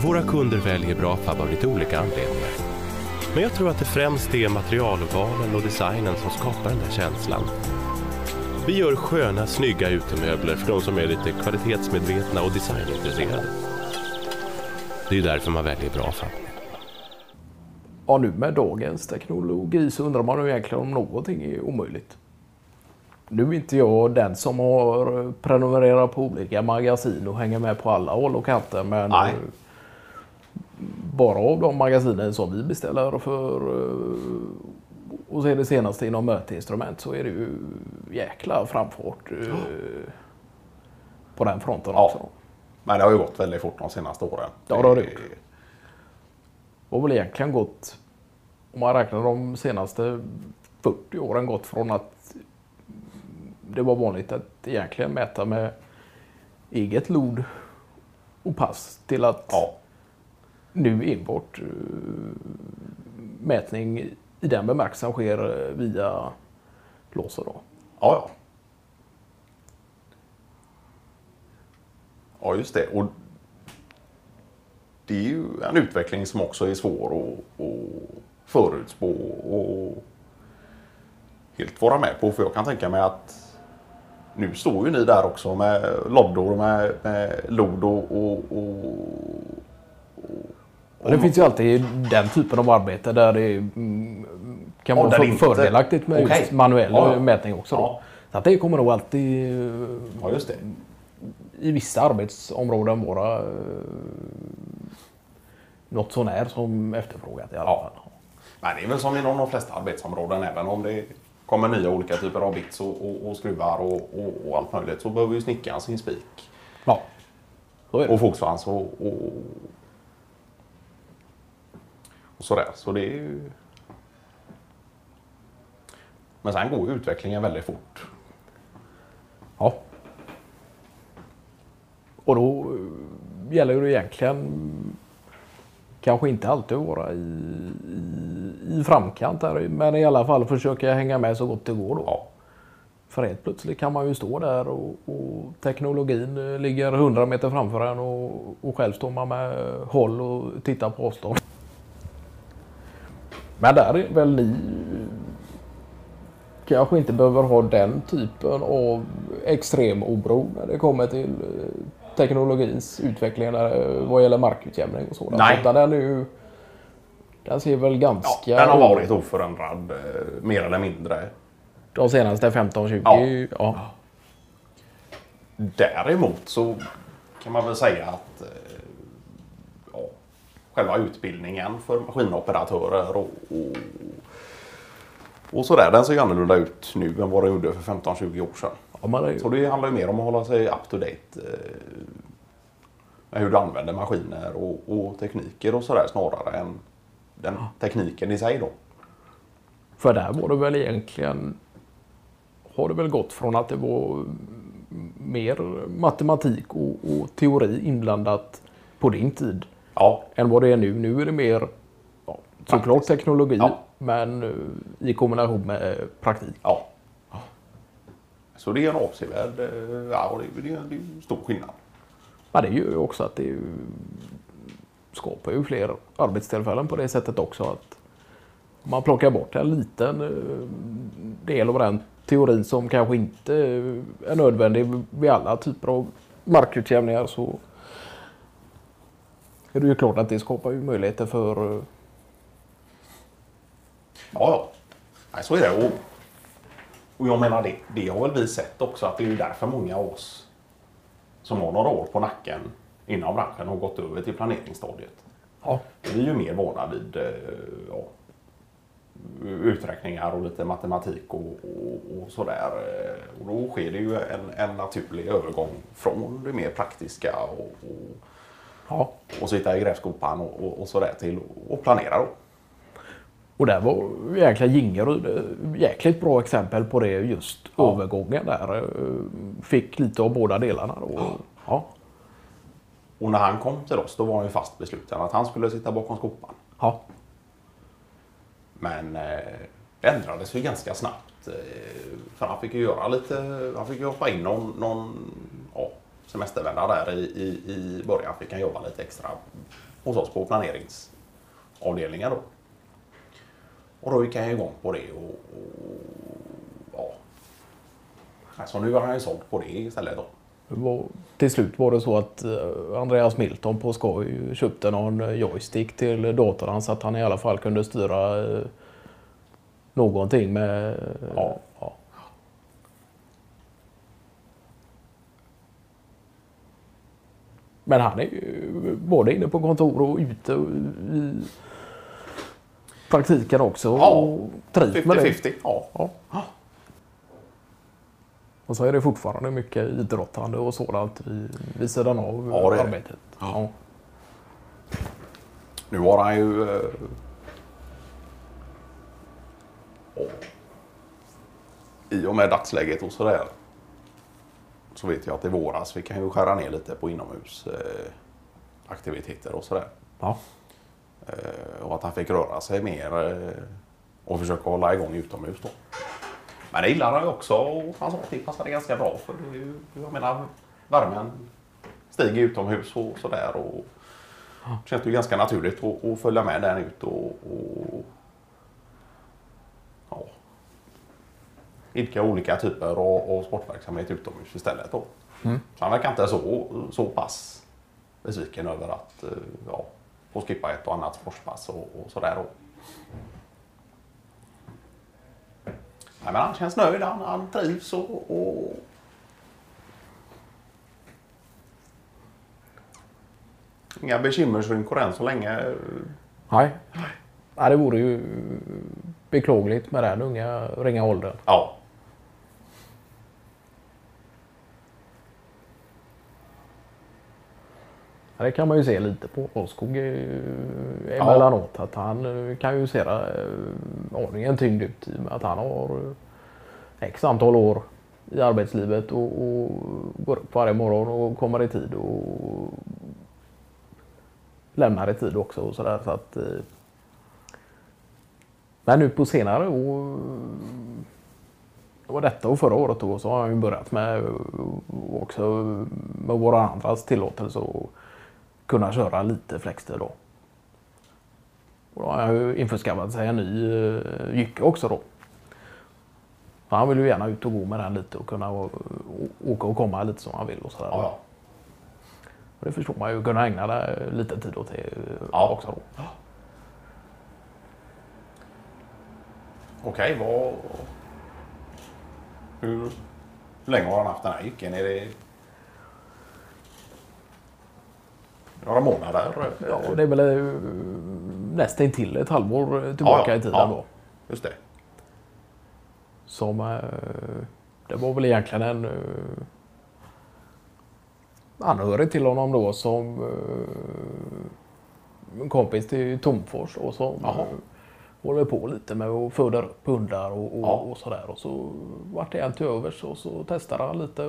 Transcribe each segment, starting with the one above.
Våra kunder väljer Brafab av lite olika anledningar. Men jag tror att det främst är materialvalen och designen som skapar den där känslan. Vi gör sköna, snygga utemöbler för de som är lite kvalitetsmedvetna och designintresserade. Det är därför man väljer Brafab. Ja, nu med dagens teknologi så undrar man ju egentligen om någonting är omöjligt. Nu är inte jag den som har prenumererat på olika magasin och hänger med på alla håll och kanter, men bara av de magasinen som vi beställer för och se det senaste inom möteinstrument så är det ju jäkla framfart på den fronten också. Men det har ju gått väldigt fort de senaste åren. Ja, det har det gjort. Det har väl egentligen gått, om man räknar de senaste 40 åren, gått från att det var vanligt att egentligen mäta med eget lod och pass till att nu enbart mätning i den bemärkelsen sker via låser då. Ja. Ja, just det. Och det är ju en utveckling som också är svår att förutspå och helt vara med på. För jag kan tänka mig att nu står ju ni där också med loddor, med lod och det finns ju alltid den typen av arbete där det kan vara fördelaktigt med just manuell mätning också. Då. Så att det kommer nog alltid just det. I vissa arbetsområden vara något sån här som efterfrågat i alla fall. Men det är väl som inom de flesta arbetsområden, även om det kommer nya olika typer av bits och skruvar och allt möjligt, så behöver ju snickaren sin spik. Ja, så är det. Och fogsvans och sådär. Så det är ju... Men sen går ju utvecklingen väldigt fort. Ja. Och då gäller det egentligen kanske inte alltid att vara i framkant där, men i alla fall försöka hänga med så gott det går då. Ja. För helt plötsligt kan man ju stå där och teknologin ligger 100 meter framför en och själv står man med håll och tittar på avstånd. Men där är väl ni kanske inte behöver ha den typen av extrem oro när det kommer till teknologins utveckling vad gäller markutjämning och sådant. Nej. Utan den ser väl ganska... Ja, den har varit oförändrad mer eller mindre. De senaste 15-20. Ja. Däremot så kan man väl säga att själva utbildningen för maskinoperatörer och sådär, den ser ju annorlunda ut nu än vad den gjorde för 15-20 år sedan. Ja, så det handlar ju mer om att hålla sig up to date med hur du använder maskiner och tekniker och sådär, snarare än den tekniken i sig då. För där var det väl egentligen, har det väl gått från att det var mer matematik och teori inblandat på din tid än vad det är nu. Nu är det mer såklart teknologi men i kombination med praktik. Ja. Så det är en avsevärd, det är en stor skillnad. Ja, det är ju också att det skapar ju fler arbetstillfällen på det sättet också, att man plockar bort en liten del av den teorin som kanske inte är nödvändig vid alla typer av markutjämningar, så är det ju klart att det skapar ju möjligheter för... Ja, så är det. Och jag menar det har väl vi sett också, att det är ju därför många av oss som har några år på nacken inom branschen har gått över till planeringsstadiet. Ja. Vi är ju mer vana vid uträkningar och lite matematik och sådär. Och då sker det ju en naturlig övergång från det mer praktiska och sitta i grävskopan och sådär till att planera då. Och där var egentligen Gingerud jäkligt bra exempel på det, just övergången där. Fick lite av båda delarna då. Ja. Och när han kom till oss, då var han ju fast besluten att han skulle sitta bakom skopan. Ja. Men det ändrades ju ganska snabbt. För han fick ju göra lite, han fick ju hoppa in någon semestervända där i början fick han jobba lite extra hos oss på planeringsavdelningen då. Och då gick han igång på det och ja. Alltså nu har han ju sålt på det istället då. Till slut var det så att Andreas Milton på skoj köpte någon joystick till datorn så att han i alla fall kunde styra någonting med... Ja. Men han är ju både inne på kontor och ute i praktiken också. Ja, och trivs med det. 50-50. Ja. Och så är det fortfarande mycket idrottande och sådant vid sidan av arbetet. Ja. Nu har han ju i och med dagsläget och sådär så vet jag att i våras vi kan ju skära ner lite på inomhusaktiviteter och sådär. Ja. Och att han fick röra sig mer och försöka hålla igång utomhus då. Men det gillar han ju också och han sa att det passade ganska bra för det är ju, jag menar, värmen stiger utomhus och sådär och det känns ju ganska naturligt att följa med den ut och ja, idka olika typer av sportverksamhet utomhus istället då. Så han verkar inte så pass besviken över att få skippa ett och annat sportpass och sådär då. Nej, men han känns nöjd, han trivs och inga bekymmersrynkor än så länge. Nej. Ja, det vore ju beklagligt med den unga ringa åldern. Ja. Ja, det kan man ju se lite på Åskog emellanåt. Att han kan ju se aningen tyngd ut i och med att han har x antal år i arbetslivet och går upp varje morgon och kommer i tid och lämnar i tid också och sådär. Så att, men nu på senare år, och detta och förra året då, så har han ju börjat med också med våra andras tillåtelse och kunna köra lite flextid då. Och då har jag ju införskaffat sig en ny jycke också då. Så han vill ju gärna ut och gå med den lite och kunna åka och komma lite som han vill och sådär. Ja. Och det förstår man ju, kunna ägna det lite tid åt det också då. Ja. Okej, hur länge har han haft den här jycken? Är det några månader? Ja, det är väl nästan till ett halvår tillbaka i tiden då. Just det. Som, det var väl egentligen en anhörig till honom då som en kompis till Tomfors och som håller på lite med att föda upp hundar och sådär. Och så vart det en till övers och så testade han lite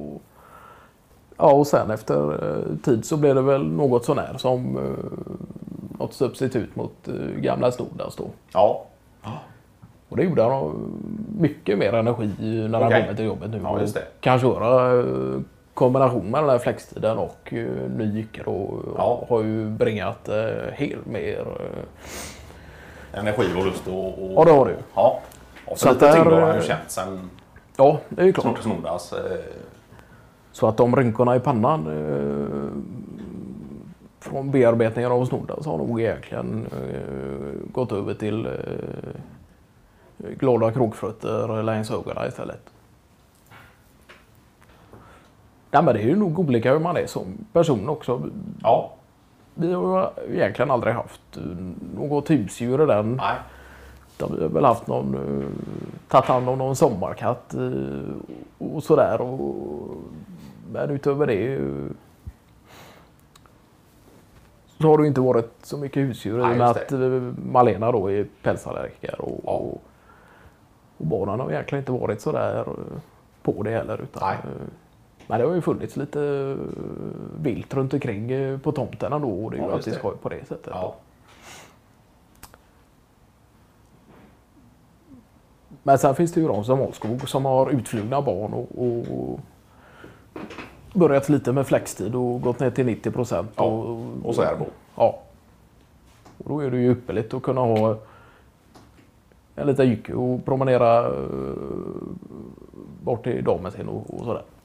och sen efter tid så blev det väl något sånär som något substitut mot gamla Snoddas då. Ja. Och det gjorde han mycket mer energi när han kommer till jobbet nu. Ja, just det. Kan köra kombination med den här flextiden och ny jycke och har ju bringat helt mer energi och lust och ja, det har du. Ja. Och så lite tyngd har han ju känt sen. Ja, det är ju klart. Snoddas. Så att de rynkorna i pannan från bearbetningen av Snoddas har nog egentligen gått över till glada krokfötter längs ögonen istället. Ja, men det är ju nog olika hur man är som person också. Ja. Vi har egentligen aldrig haft något husdjur i den. Nej. Vi har väl haft tagit hand om någon sommarkatt och sådär. Men utöver det så har det inte varit så mycket husdjur i och med att Malena då är pälsallergiker och barnen har egentligen inte varit så där på det heller. Utan, men det har ju funnits lite vilt runt omkring på tomterna då och det är ju alltid skoj på det sättet. Ja. Men sen finns det ju de som Åskog som har utflugna barn och börjat lite med flextid och gått ner till 90%. Ja, och så är det på. Ja. Och då är det ju ypperligt att kunna ha en liten jycke och promenera bort till damen sin och sådär.